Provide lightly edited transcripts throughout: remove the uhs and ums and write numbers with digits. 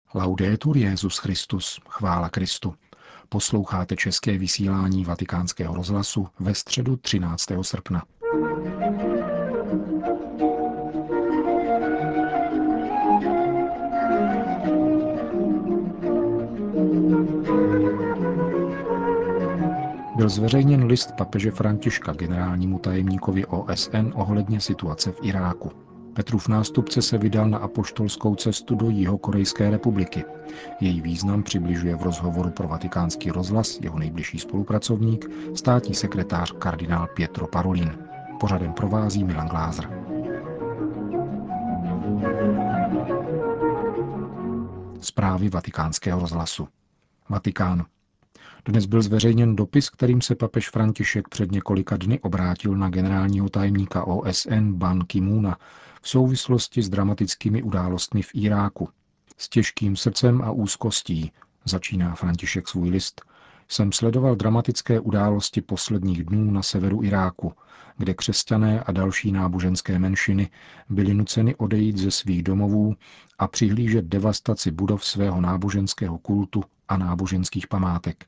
Laudetur Jesus Christus, chvála Kristu. Posloucháte české vysílání Vatikánského rozhlasu ve středu 13. srpna. Byl zveřejněn list papeže Františka generálnímu tajemníkovi OSN ohledně situace v Iráku. Petrův nástupce se vydal na apoštolskou cestu do Jihokorejské republiky. Její význam přibližuje v rozhovoru pro Vatikánský rozhlas jeho nejbližší spolupracovník, státní sekretář kardinál Pietro Parolin. Pořadem provází Milan Glázer. Zprávy Vatikánského rozhlasu. Vatikán. Dnes byl zveřejněn dopis, kterým se papež František před několika dny obrátil na generálního tajemníka OSN Ban Ki-moona v souvislosti s dramatickými událostmi v Iráku. S těžkým srdcem a úzkostí, začíná František svůj list, jsem sledoval dramatické události posledních dnů na severu Iráku, kde křesťané a další náboženské menšiny byly nuceny odejít ze svých domovů a přihlížet devastaci budov svého náboženského kultu a náboženských památek.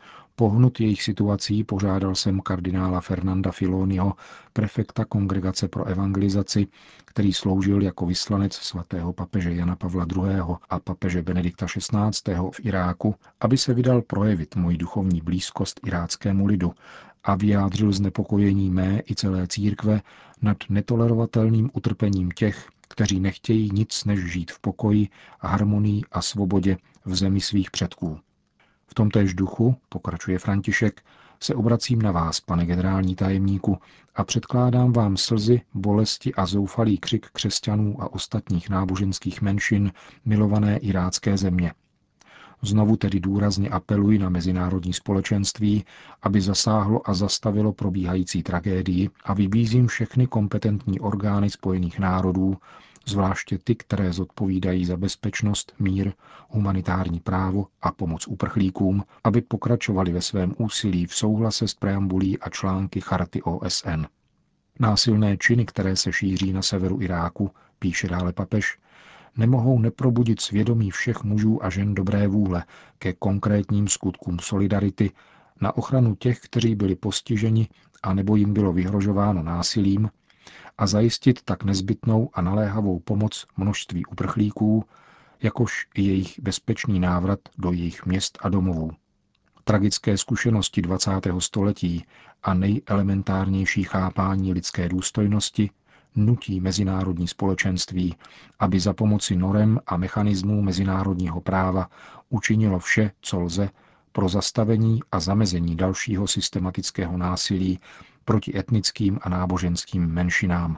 Pohnut jejich situací požádal jsem kardinála Fernanda Filoniho, prefekta Kongregace pro evangelizaci, který sloužil jako vyslanec svatého papeže Jana Pavla II. A papeže Benedikta XVI. V Iráku, aby se vydal projevit moji duchovní blízkost iráckému lidu a vyjádřil znepokojení mé i celé církve nad netolerovatelným utrpením těch, kteří nechtějí nic než žít v pokoji, harmonii a svobodě v zemi svých předků. V tomtéž duchu, pokračuje František, se obracím na vás, pane generální tajemníku, a předkládám vám slzy, bolesti a zoufalý křik křesťanů a ostatních náboženských menšin milované irácké země. Znovu tedy důrazně apeluji na mezinárodní společenství, aby zasáhlo a zastavilo probíhající tragédii a vybízím všechny kompetentní orgány Spojených národů, zvláště ty, které zodpovídají za bezpečnost, mír, humanitární právo a pomoc uprchlíkům, aby pokračovali ve svém úsilí v souhlase s preambulí a články Charty OSN. Násilné činy, které se šíří na severu Iráku, píše dále papež, nemohou neprobudit svědomí všech mužů a žen dobré vůle ke konkrétním skutkům solidarity na ochranu těch, kteří byli postiženi a nebo jim bylo vyhrožováno násilím, a zajistit tak nezbytnou a naléhavou pomoc množství uprchlíků, jakož i jejich bezpečný návrat do jejich měst a domovů. Tragické zkušenosti 20. století a nejelementárnější chápání lidské důstojnosti nutí mezinárodní společenství, aby za pomoci norem a mechanismů mezinárodního práva učinilo vše, co lze, pro zastavení a zamezení dalšího systematického násilí proti etnickým a náboženským menšinám.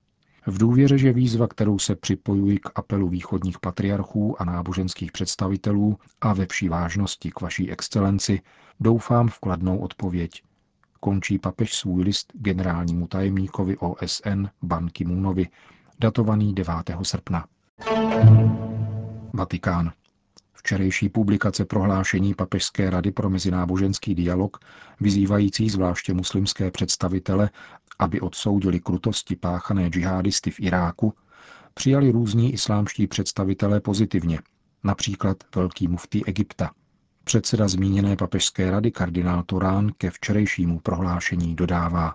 V důvěře, že výzva, kterou se připojuji k apelu východních patriarchů a náboženských představitelů a ve vší vážnosti k vaší excelenci, doufám v kladnou odpověď. Končí papež svůj list generálnímu tajemníkovi OSN Ban Ki-moonovi, datovaný 9. srpna. Vatikán. Včerejší publikace prohlášení Papežské rady pro mezináboženský dialog, vyzývající zvláště muslimské představitele, aby odsoudili krutosti páchané džihadisty v Iráku, přijali různí islámští představitelé pozitivně, například velký muftí Egypta. Předseda zmíněné Papežské rady kardinál Torán ke včerejšímu prohlášení dodává: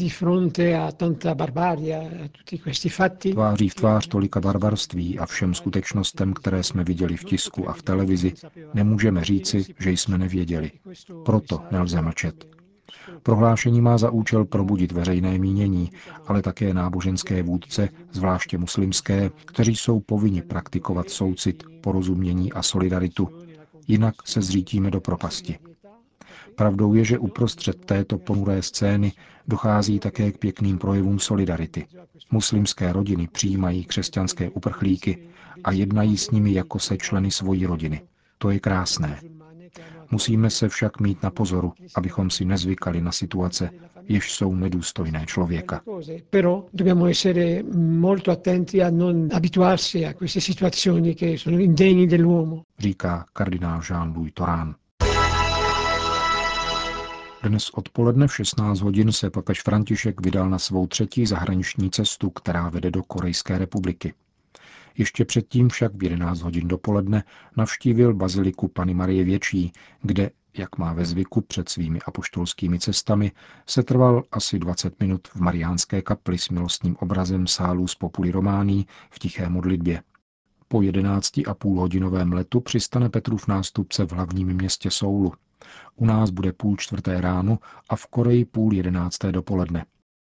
Tváří v tvář tolika barbarství a všem skutečnostem, které jsme viděli v tisku a v televizi, nemůžeme říci, že jsme nevěděli. Proto nelze mlčet. Prohlášení má za účel probudit veřejné mínění, ale také náboženské vůdce, zvláště muslimské, kteří jsou povinni praktikovat soucit, porozumění a solidaritu, jinak se zřítíme do propasti. Pravdou je, že uprostřed této ponuré scény dochází také k pěkným projevům solidarity. Muslimské rodiny přijímají křesťanské uprchlíky a jednají s nimi jako se členy svojí rodiny. To je krásné. Musíme se však mít na pozoru, abychom si nezvykali na situace, jež jsou nedůstojné člověka. Říká kardinál Jean-Louis Torán. Dnes odpoledne v 16 hodin se papež František vydal na svou třetí zahraniční cestu, která vede do Korejské republiky. Ještě předtím však v 11 hodin dopoledne navštívil baziliku Panny Marie Větší, kde, jak má ve zvyku před svými apoštolskými cestami, setrval asi 20 minut v Mariánské kapli s milostným obrazem Salus Populi Romani v tiché modlitbě. Po 11,5hodinovém letu přistane Petrův nástupce v hlavním městě Soulu. U nás bude 10:30 ráno a v Koreji 10:30 dopoledne.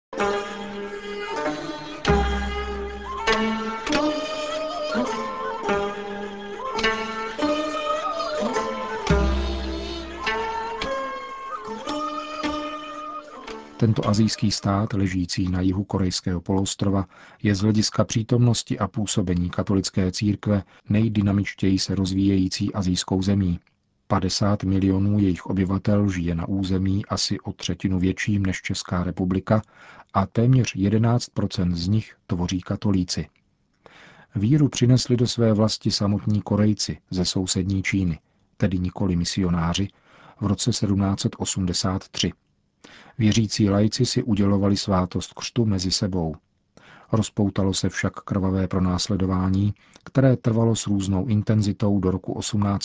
Tento asijský stát, ležící na jihu korejského poloostrova, je z hlediska přítomnosti a působení katolické církve nejdynamičtěji se rozvíjející asijskou zemí. 50 milionů jejich obyvatel žije na území asi o třetinu větším než Česká republika a téměř 11% z nich tvoří katolíci. Víru přinesli do své vlasti samotní Korejci ze sousední Číny, tedy nikoli misionáři, v roce 1783. Věřící laici si udělovali svátost křtu mezi sebou. Rozpoutalo se však krvavé pronásledování, které trvalo s různou intenzitou do roku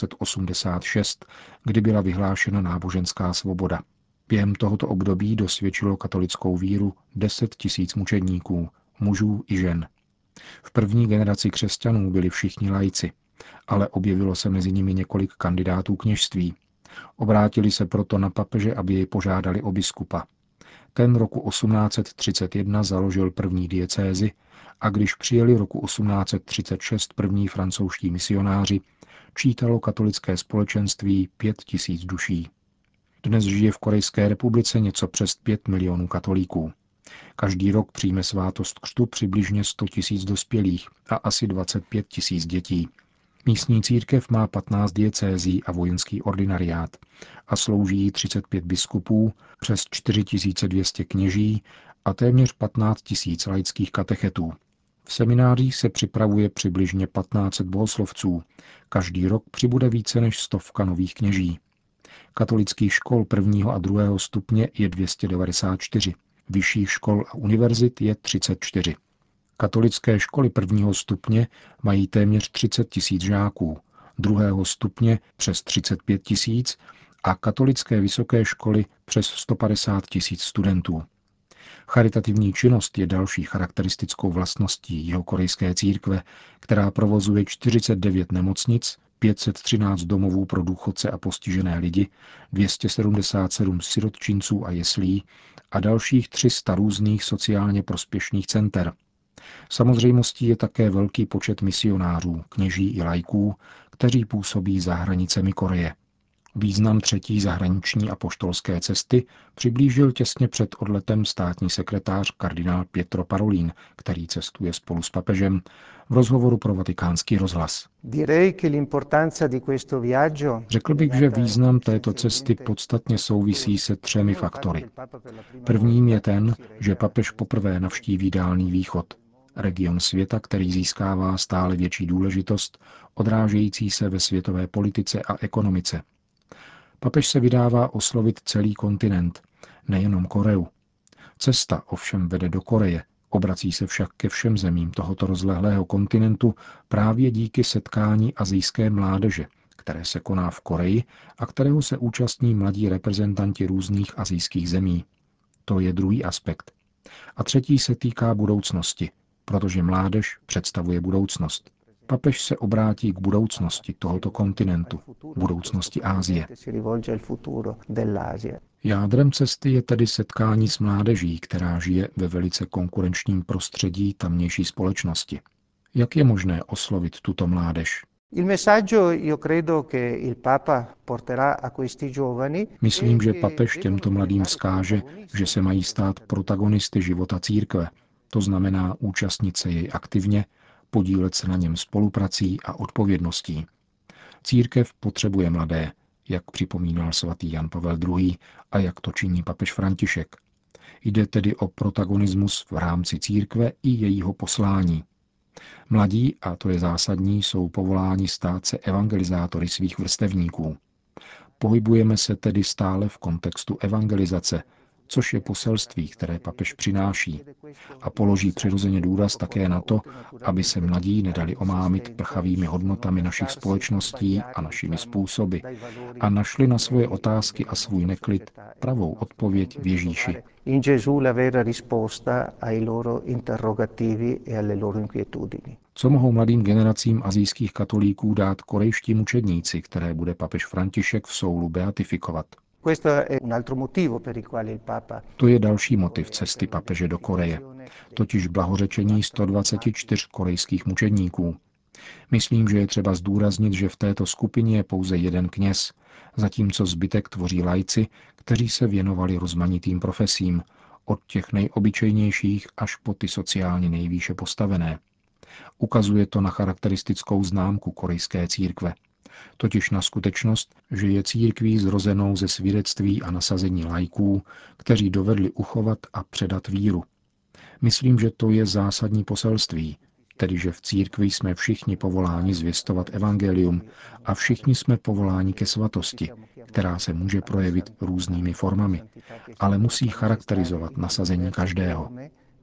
1886, kdy byla vyhlášena náboženská svoboda. Během tohoto období dosvědčilo katolickou víru 10 000 mučedníků, mužů i žen. V první generaci křesťanů byli všichni laici, ale objevilo se mezi nimi několik kandidátů kněžství. Obrátili se proto na papeže, aby jej požádali o biskupa. Ten roku 1831 založil první diecézi a když přijeli roku 1836 první francouzští misionáři, čítalo katolické společenství 5 000 duší. Dnes žije v Korejské republice něco přes 5 milionů katolíků. Každý rok přijme svátost křtu přibližně 100 000 dospělých a asi 25 000 dětí. Místní církev má 15 diecézí a vojenský ordinariát a slouží 35 biskupů, přes 4200 kněží a téměř 15 000 laických katechetů. V seminářích se připravuje přibližně 1500 bohoslovců. Každý rok přibude více než 100 nových kněží. Katolických škol 1. a 2. stupně je 294, vyšších škol a univerzit je 34. Katolické školy 1. stupně mají téměř 30 000 žáků, 2. stupně přes 35 000 a katolické vysoké školy přes 150 000 studentů. Charitativní činnost je další charakteristickou vlastností jihokorejské církve, která provozuje 49 nemocnic, 513 domovů pro důchodce a postižené lidi, 277 sirotčinců a jeslí a dalších 300 různých sociálně prospěšných center. Samozřejmostí je také velký počet misionářů, kněží i laiků, kteří působí za hranicemi Koreje. Význam třetí zahraniční apoštolské cesty přiblížil těsně před odletem státní sekretář kardinál Pietro Parolin, který cestuje spolu s papežem, v rozhovoru pro Vatikánský rozhlas. Řekl bych, že význam této cesty podstatně souvisí se 3 faktory. Prvním je ten, že papež poprvé navštíví Dálný východ, region světa, který získává stále větší důležitost, odrážející se ve světové politice a ekonomice. Papež se vydává oslovit celý kontinent, nejenom Koreu. Cesta ovšem vede do Koreje, obrací se však ke všem zemím tohoto rozlehlého kontinentu právě díky setkání asijské mládeže, které se koná v Koreji a kterého se účastní mladí reprezentanti různých asijských zemí. To je druhý aspekt. A třetí se týká budoucnosti, protože mládež představuje budoucnost. Papež se obrátí k budoucnosti tohoto kontinentu, budoucnosti Asie. Jádrem cesty je tedy setkání s mládeží, která žije ve velice konkurenčním prostředí tamnější společnosti. Jak je možné oslovit tuto mládež? Myslím, že papež těmto mladým vzkáže, že se mají stát protagonisty života církve, to znamená účastnit se jej aktivně, podílet se na něm spoluprací a odpovědností. Církev potřebuje mladé, jak připomínal svatý Jan Pavel II. A jak to činí papež František. Jde tedy o protagonismus v rámci církve i jejího poslání. Mladí, a to je zásadní, jsou povoláni stát se evangelizátory svých vrstevníků. Pohybujeme se tedy stále v kontextu evangelizace, což je poselství, které papež přináší, a položí přirozeně důraz také na to, aby se mladí nedali omámit prchavými hodnotami našich společností a našimi způsoby a našli na svoje otázky a svůj neklid pravou odpověď v Ježíši. In Gesù la vera risposta ai loro interrogativi e alle loro inquietudini. Co mohou mladým generacím asijských katolíků dát korejští mučedníci, které bude papež František v Soulu beatifikovat? To je další motiv cesty papeže do Koreje, totiž blahořečení 124 korejských mučedníků. Myslím, že je třeba zdůraznit, že v této skupině je pouze jeden kněz, zatímco zbytek tvoří laici, kteří se věnovali rozmanitým profesím, od těch nejobyčejnějších až po ty sociálně nejvýše postavené. Ukazuje to na charakteristickou známku korejské církve, totiž na skutečnost, že je církví zrozenou ze svědectví a nasazení laiků, kteří dovedli uchovat a předat víru. Myslím, že to je zásadní poselství, tedy že v církvi jsme všichni povoláni zvěstovat evangelium a všichni jsme povoláni ke svatosti, která se může projevit různými formami, ale musí charakterizovat nasazení každého.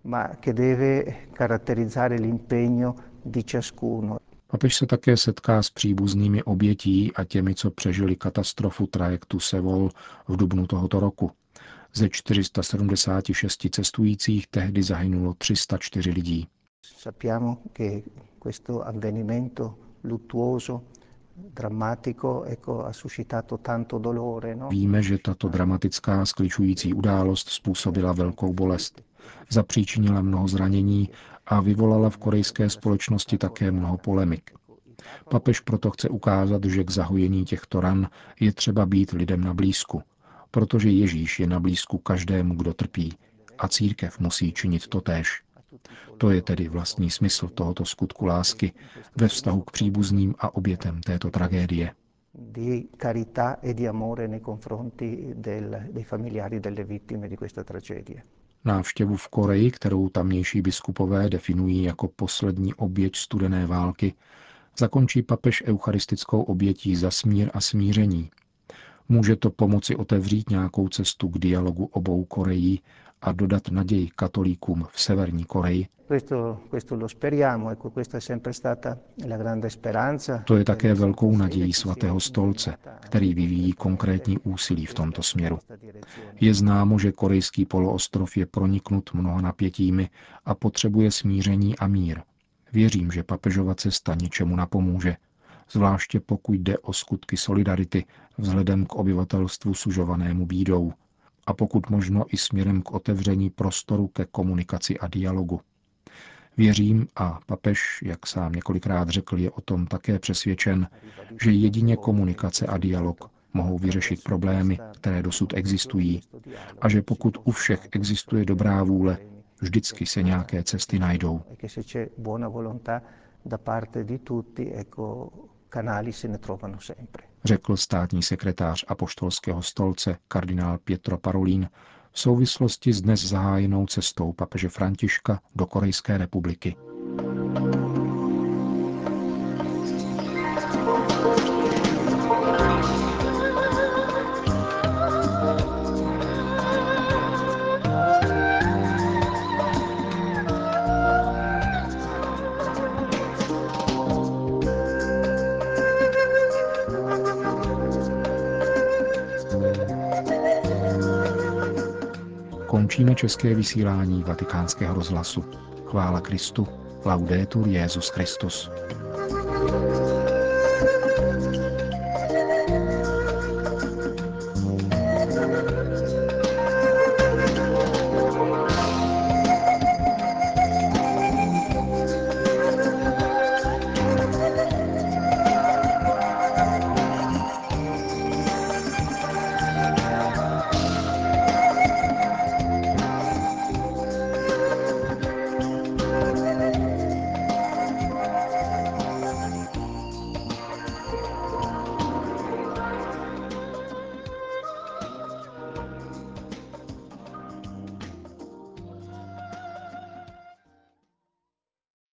Papež se také setká s příbuznými obětí a těmi, co přežili katastrofu trajektu Seoul v dubnu tohoto roku. Ze 476 cestujících tehdy zahynulo 304 lidí. Víme, že tato dramatická skličující událost způsobila velkou bolest, zapříčinila mnoho zranění a vyvolala v korejské společnosti také mnoho polemik. Papež proto chce ukázat, že k zahojení těchto ran je třeba být lidem na blízku, protože Ježíš je na blízku každému, kdo trpí, a církev musí činit totéž. To je tedy vlastní smysl tohoto skutku lásky ve vztahu k příbuzným a obětem této tragédie. Návštěvu v Koreji, kterou tamnější biskupové definují jako poslední oběť studené války, zakončí papež eucharistickou obětí za smír a smíření. Může to pomoci otevřít nějakou cestu k dialogu obou Koreí a dodat naději katolíkům v Severní Koreji. To je také velkou nadějí Svatého stolce, který vyvíjí konkrétní úsilí v tomto směru. Je známo, že korejský poloostrov je proniknut mnoha napětími a potřebuje smíření a mír. Věřím, že papežova cesta něčemu napomůže, zvláště pokud jde o skutky solidarity vzhledem k obyvatelstvu sužovanému bídou a pokud možno i směrem k otevření prostoru ke komunikaci a dialogu. Věřím, a papež, jak sám několikrát řekl, je o tom také přesvědčen, že jedině komunikace a dialog mohou vyřešit problémy, které dosud existují, a že pokud u všech existuje dobrá vůle, vždycky se nějaké cesty najdou. Řekl státní sekretář apoštolského stolce kardinál Pietro Parolin v souvislosti s dnes zahájenou cestou papeže Františka do Korejské republiky. Končíme české vysílání Vatikánského rozhlasu. Chvála Kristu, laudetur Jesus Christus.